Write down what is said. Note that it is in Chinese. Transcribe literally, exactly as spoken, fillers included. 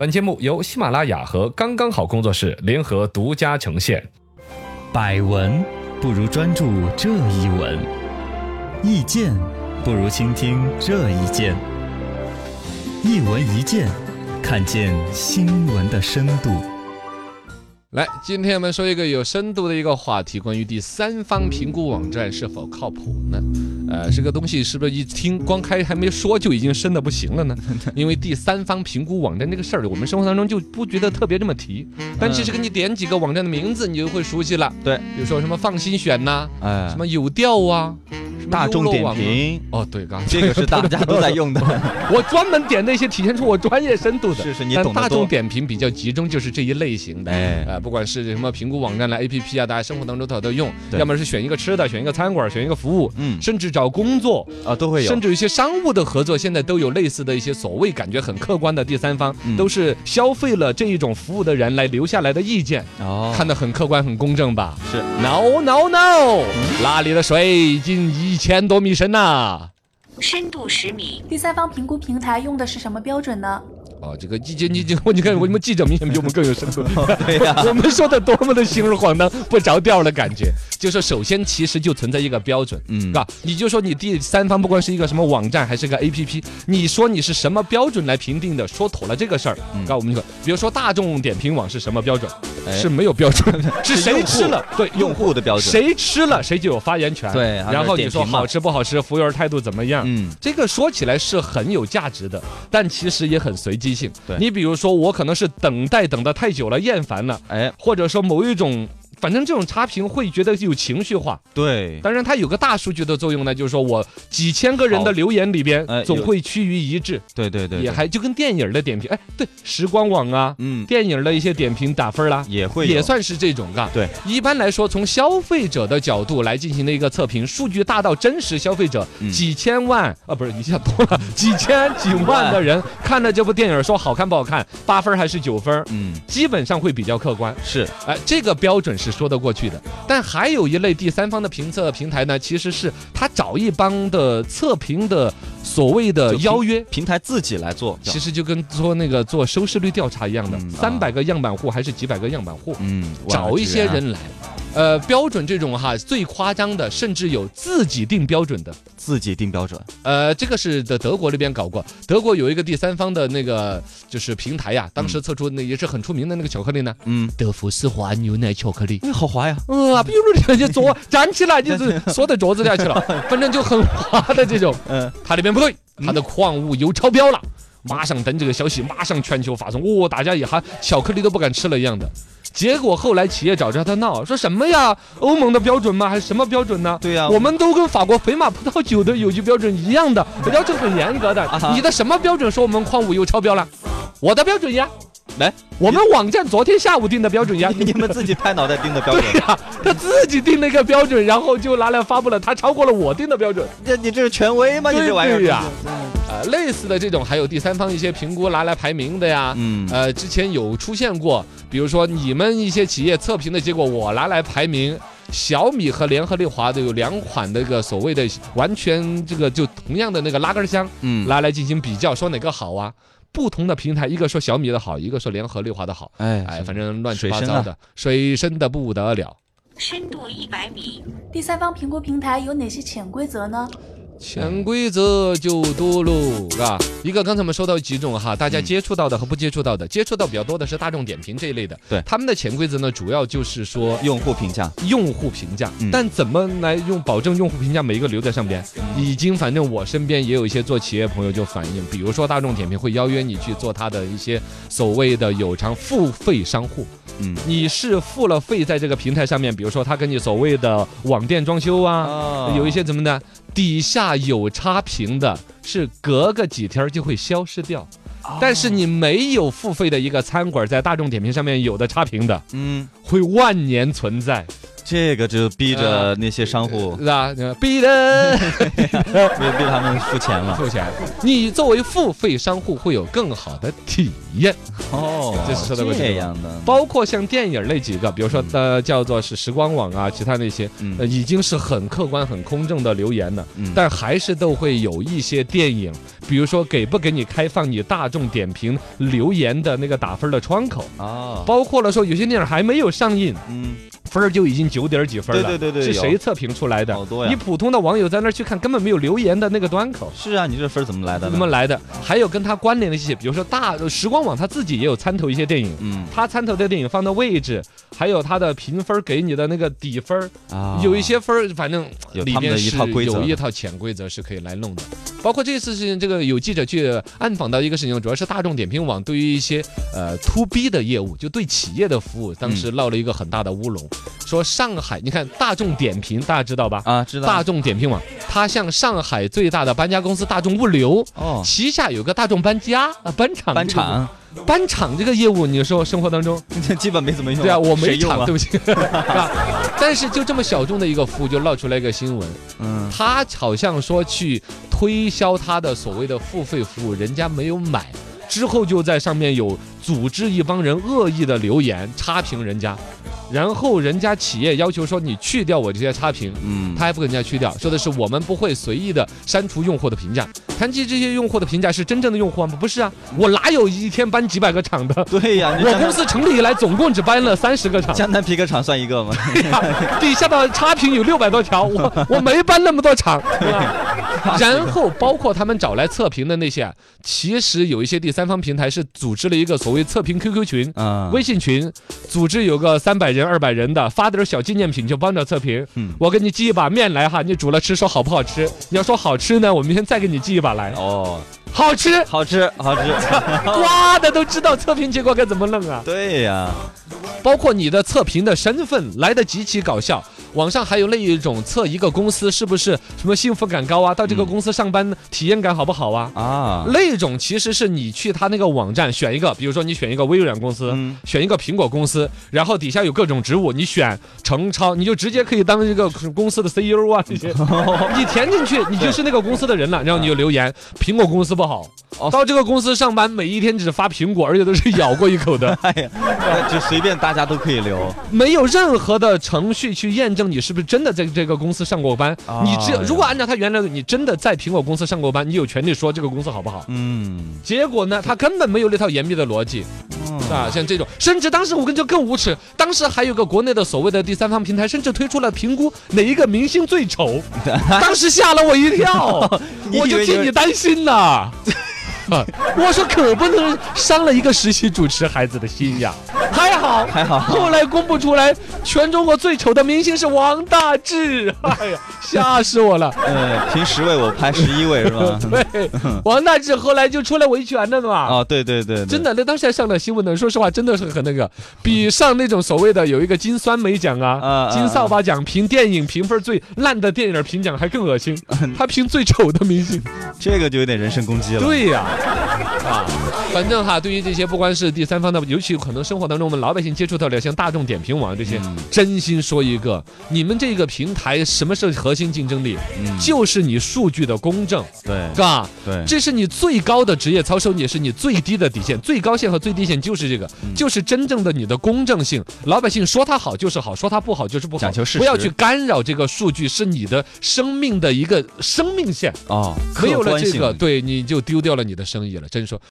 本节目由喜马拉雅和刚刚好工作室联合独家呈现。 百闻不如专注这一闻，意见不如倾听这一见。一闻一见，看见新闻的深度。 来，今天我们说一个有深度的一个话题，关于第三方评估网站是否靠谱呢？呃，这个东西是不是一听光开还没说就已经深的不行了呢？因为第三方评估网站这个事儿，我们生活当中就不觉得特别这么提，但其实给你点几个网站的名字，你就会熟悉了。 对， 比如说什么放心选呐、啊， 哎， 什么有调啊。 大众点评、 啊、哦，对，刚这个是大家都在用的。 我专门点那些体现出我专业深度的， 是是，你懂得多。 但大众点评比较集中，就是这一类型的。 哎， 呃，不管是什么评估网站啦、A P P 啊，大家生活当中都都用。要么是选一个吃的，选一个餐馆，选一个服务，嗯，甚至找工作啊都会有， 甚至有一些商务的合作，现在都有类似的一些所谓感觉很客观的第三方，嗯、都是消费了这一种服务的人来留下来的意见，哦，看得很客观、很公正吧？ 是 ，no no no，、嗯、那里的水近一千多米深呐、啊。 深度十米。 第三方评估平台用的是什么标准呢？ 哦，这个意见你我你看为什么记者明显比我们更有深度？ 对呀、啊， 我们说的多么的形而晃荡、不着调的感觉。就是首先其实就存在一个标准，嗯，啊，你就说你第三方不管是一个什么网站还是个 A P P， 你说你是什么标准来评定的，说妥了这个事儿，嗯，告我们一个，比如说大众点评网是什么标准？哎、是没有标准，是谁吃了，对用户的标准， 谁吃了谁就有发言权， 对， 然后你说好吃不好吃，服务员态度怎么样？嗯，这个说起来是很有价值的，但其实也很随机性。对，你比如说我可能是等待等得太久了，厌烦了，哎，或者说某一种。反正这种差评会觉得有情绪化， 对。 当然它有个大数据的作用呢，就是说我几千个人的留言里边，总会趋于一致。 对对对， 也还就跟电影的点评，哎，对，时光网啊，嗯，电影的一些点评打分啦， 也会也算是这种啊。 对， 一般来说，从消费者的角度来进行的一个测评，数据大到真实消费者几千万啊，不是一下多了，几千几万的人看了这部电影，说好看不好看，八分还是九分，嗯，基本上会比较客观。 是， 哎，这个标准是说得过去的。但还有一类第三方的评测平台呢，其实是他找一帮的测评的所谓的邀约， 平台自己来做， 其实就跟做那个做收视率调查一样的，三百个样板户还是几百个样板户，嗯，找一些人来。呃，标准这种哈，最夸张的，甚至有自己定标准的， 自己定标准。 呃，这个是在德国那边搞过，德国有一个第三方的那个就是平台呀，当时测出那也是很出名的那个巧克力呢，嗯，德芙丝滑牛奶巧克力， 嗯，好滑呀， 呃，比如说就坐站起来就是缩在桌子下去了，反正就很滑的这种，嗯，他那边不对，他的矿物又超标了。马上登这个消息，马上全球发送，哦，大家也还巧克力都不敢吃了一样的。结果后来企业找着他闹，说什么呀？欧盟的标准吗？还是什么标准呢？ 对呀、啊， 我们都跟法国肥马葡萄酒的有机标准一样的，要求很严格的。啊、你的什么标准说我们矿物油超标了？我的标准呀。 来， 我们网站昨天下午定的标准呀， 你们自己拍脑袋定的标准。 对呀、啊，他自己定了一个标准，然后就拿来发布了，他超过了我定的标准。 这你这是权威吗？你这玩意儿呀。呃，类似的这种还有第三方一些评估拿来排名的呀，嗯，呃，之前有出现过，比如说你们一些企业测评的结果，我拿来排名，小米和联合利华的有两款那个所谓的完全这个就同样的那个拉杆箱，嗯，拿来进行比较，说哪个好啊？不同的平台，一个说小米的好，一个说联合利华的好，哎哎，反正乱七八糟的，水深的不得了。 深度一百米。 第三方评估平台有哪些潜规则呢？ 潜规则就多喽，啊，一个刚才我们说到几种哈，大家接触到的和不接触到的，接触到比较多的是大众点评这一类的， 对， 他们的潜规则呢，主要就是说用户评价， 用户评价，嗯、但怎么来用保证用户评价每一个留在上边？嗯、已经反正我身边也有一些做企业朋友就反映，比如说大众点评会邀约你去做他的一些所谓的有偿付费商户。嗯，你是付了费在这个平台上面，比如说他跟你所谓的网店装修啊，哦、有一些怎么呢？底下有差评的，是隔个几天就会消失掉。哦、但是你没有付费的一个餐馆，在大众点评上面有的差评的，嗯，会万年存在。 这个就逼着那些商户， 是吧？逼人逼逼他们付钱了。 付钱，你作为付费商户会有更好的体验。 哦， 这是说到过这个这样的。 包括像电影那几个，比如说呃叫做是时光网啊，其他那些， 嗯呃已经是很客观、很公正的留言了， 嗯但还是都会有一些电影，比如说给不给你开放你大众点评留言的那个打分的窗口， 哦， 包括了说有些电影还没有上映， 嗯， 分儿就已经九点几分了， 对对对对有是谁测评出来的？ 好多呀你普通的网友在那儿去看，根本没有留言的那个端口。 是啊，你这分儿怎么来的呢？ 怎么来的？还有跟它关联的一些，比如说大时光网，它自己也有参投一些电影， 嗯它参投的电影放的位置，还有它的评分给你的那个底分儿， 啊， 有一些分儿，反正有他们的一里边是套规则有一套潜规则是可以来弄的。包括这次事情，这个有记者去暗访到一个事情，主要是大众点评网对于一些呃 to B 的业务，就对企业的服务，当时闹了一个很大的乌龙，说上海，你看大众点评大家知道吧？ 啊，知道大众点评网，它向上海最大的搬家公司大众物流， 哦， 旗下有个大众搬家啊搬厂搬厂搬厂这个业务，你说生活当中， 基本没怎么用。 对啊，我没厂， 谁用啊对不起，是吧？但是就这么小众的一个服务，就闹出来一个新闻， 嗯， 他好像说去推销他的所谓的付费服务，人家没有买，之后就在上面有组织一帮人恶意的留言差评人家。然后人家企业要求说你去掉我这些差评， 嗯， 他还不给人家去掉，说的是我们不会随意的删除用户的评价。谈及这些用户的评价是真正的用户吗？不是啊，我哪有一天搬几百个厂的？ 对呀，你我江南公司成立以来总共只搬了三十个厂， 江南皮革厂算一个吗？ 底下的差评有六百多条，我我没搬那么多厂。然后包括他们找来测评的那些啊，其实有一些第三方平台是组织了一个所谓测评 Q Q 群、 啊， 微信群，组织有个三百人、二百人的，发点小纪念品就帮着测评。 嗯我给你寄一把面来哈，你煮了吃，说好不好吃？你要说好吃呢，我明天再给你寄一把来。 哦， 好吃， 好吃，好吃， 瓜的都知道测评结果该怎么弄啊。 对呀， 包括你的测评的身份来得极其搞笑。网上还有那一种测一个公司是不是什么幸福感高啊，到这个公司上班体验感好不好啊？ 啊， 那种其实是你去他那个网站选一个，比如说你选一个微软公司， 嗯选一个苹果公司，然后底下有各种职务，你选程超，你就直接可以当一个公司的 C E O 啊这些，你填进去，你就是那个公司的人了，然后你就留言，苹果公司不好。 哦到这个公司上班，每一天只发苹果，而且都是咬过一口的， 哎呀，就随便大家都可以留。 没有任何的程序去验证你是不是真的在这个公司上过班。 哦你只如果按照他原来的，你真的在苹果公司上过班，你有权利说这个公司好不好。 嗯， 结果呢，他根本没有那套严密的逻辑啊，像这种，甚至当时我跟你说更无耻，当时还有个国内的所谓的第三方平台，甚至推出了评估哪一个明星最丑，当时吓了我一跳，我就替你担心呐。啊！我说可不能伤了一个实习主持孩子的心呀。还好还好后来公布出来，全中国最丑的明星是王大治。哎呀，吓死我了！ 呃，评十位我排十一位是吧？ 对，王大治后来就出来维权了嘛。 哦，对对对， 真的，那当时还上了新闻呢。说实话，真的是很那个，比上那种所谓的有一个金酸梅奖啊、 啊金扫把奖评电影评分最烂的电影评奖还更恶心。他评最丑的明星， 这个就有点人身攻击了。 对呀。啊，反正哈，对于这些不光是第三方的，尤其可能生活当中我们老百姓接触到的，像大众点评网这些， 嗯真心说一个，你们这个平台什么是核心竞争力？ 嗯就是你数据的公正， 对嘎， 对， 这是你最高的职业操守，也是你最低的底线，最高线和最低线就是这个， 嗯就是真正的你的公正性。老百姓说它好就是好，说它不好就是不好， 讲求事实不要去干扰这个数据，是你的生命的一个生命线。 哦， 没有了客观性这个，对，你就丢掉了你的生意了。真说。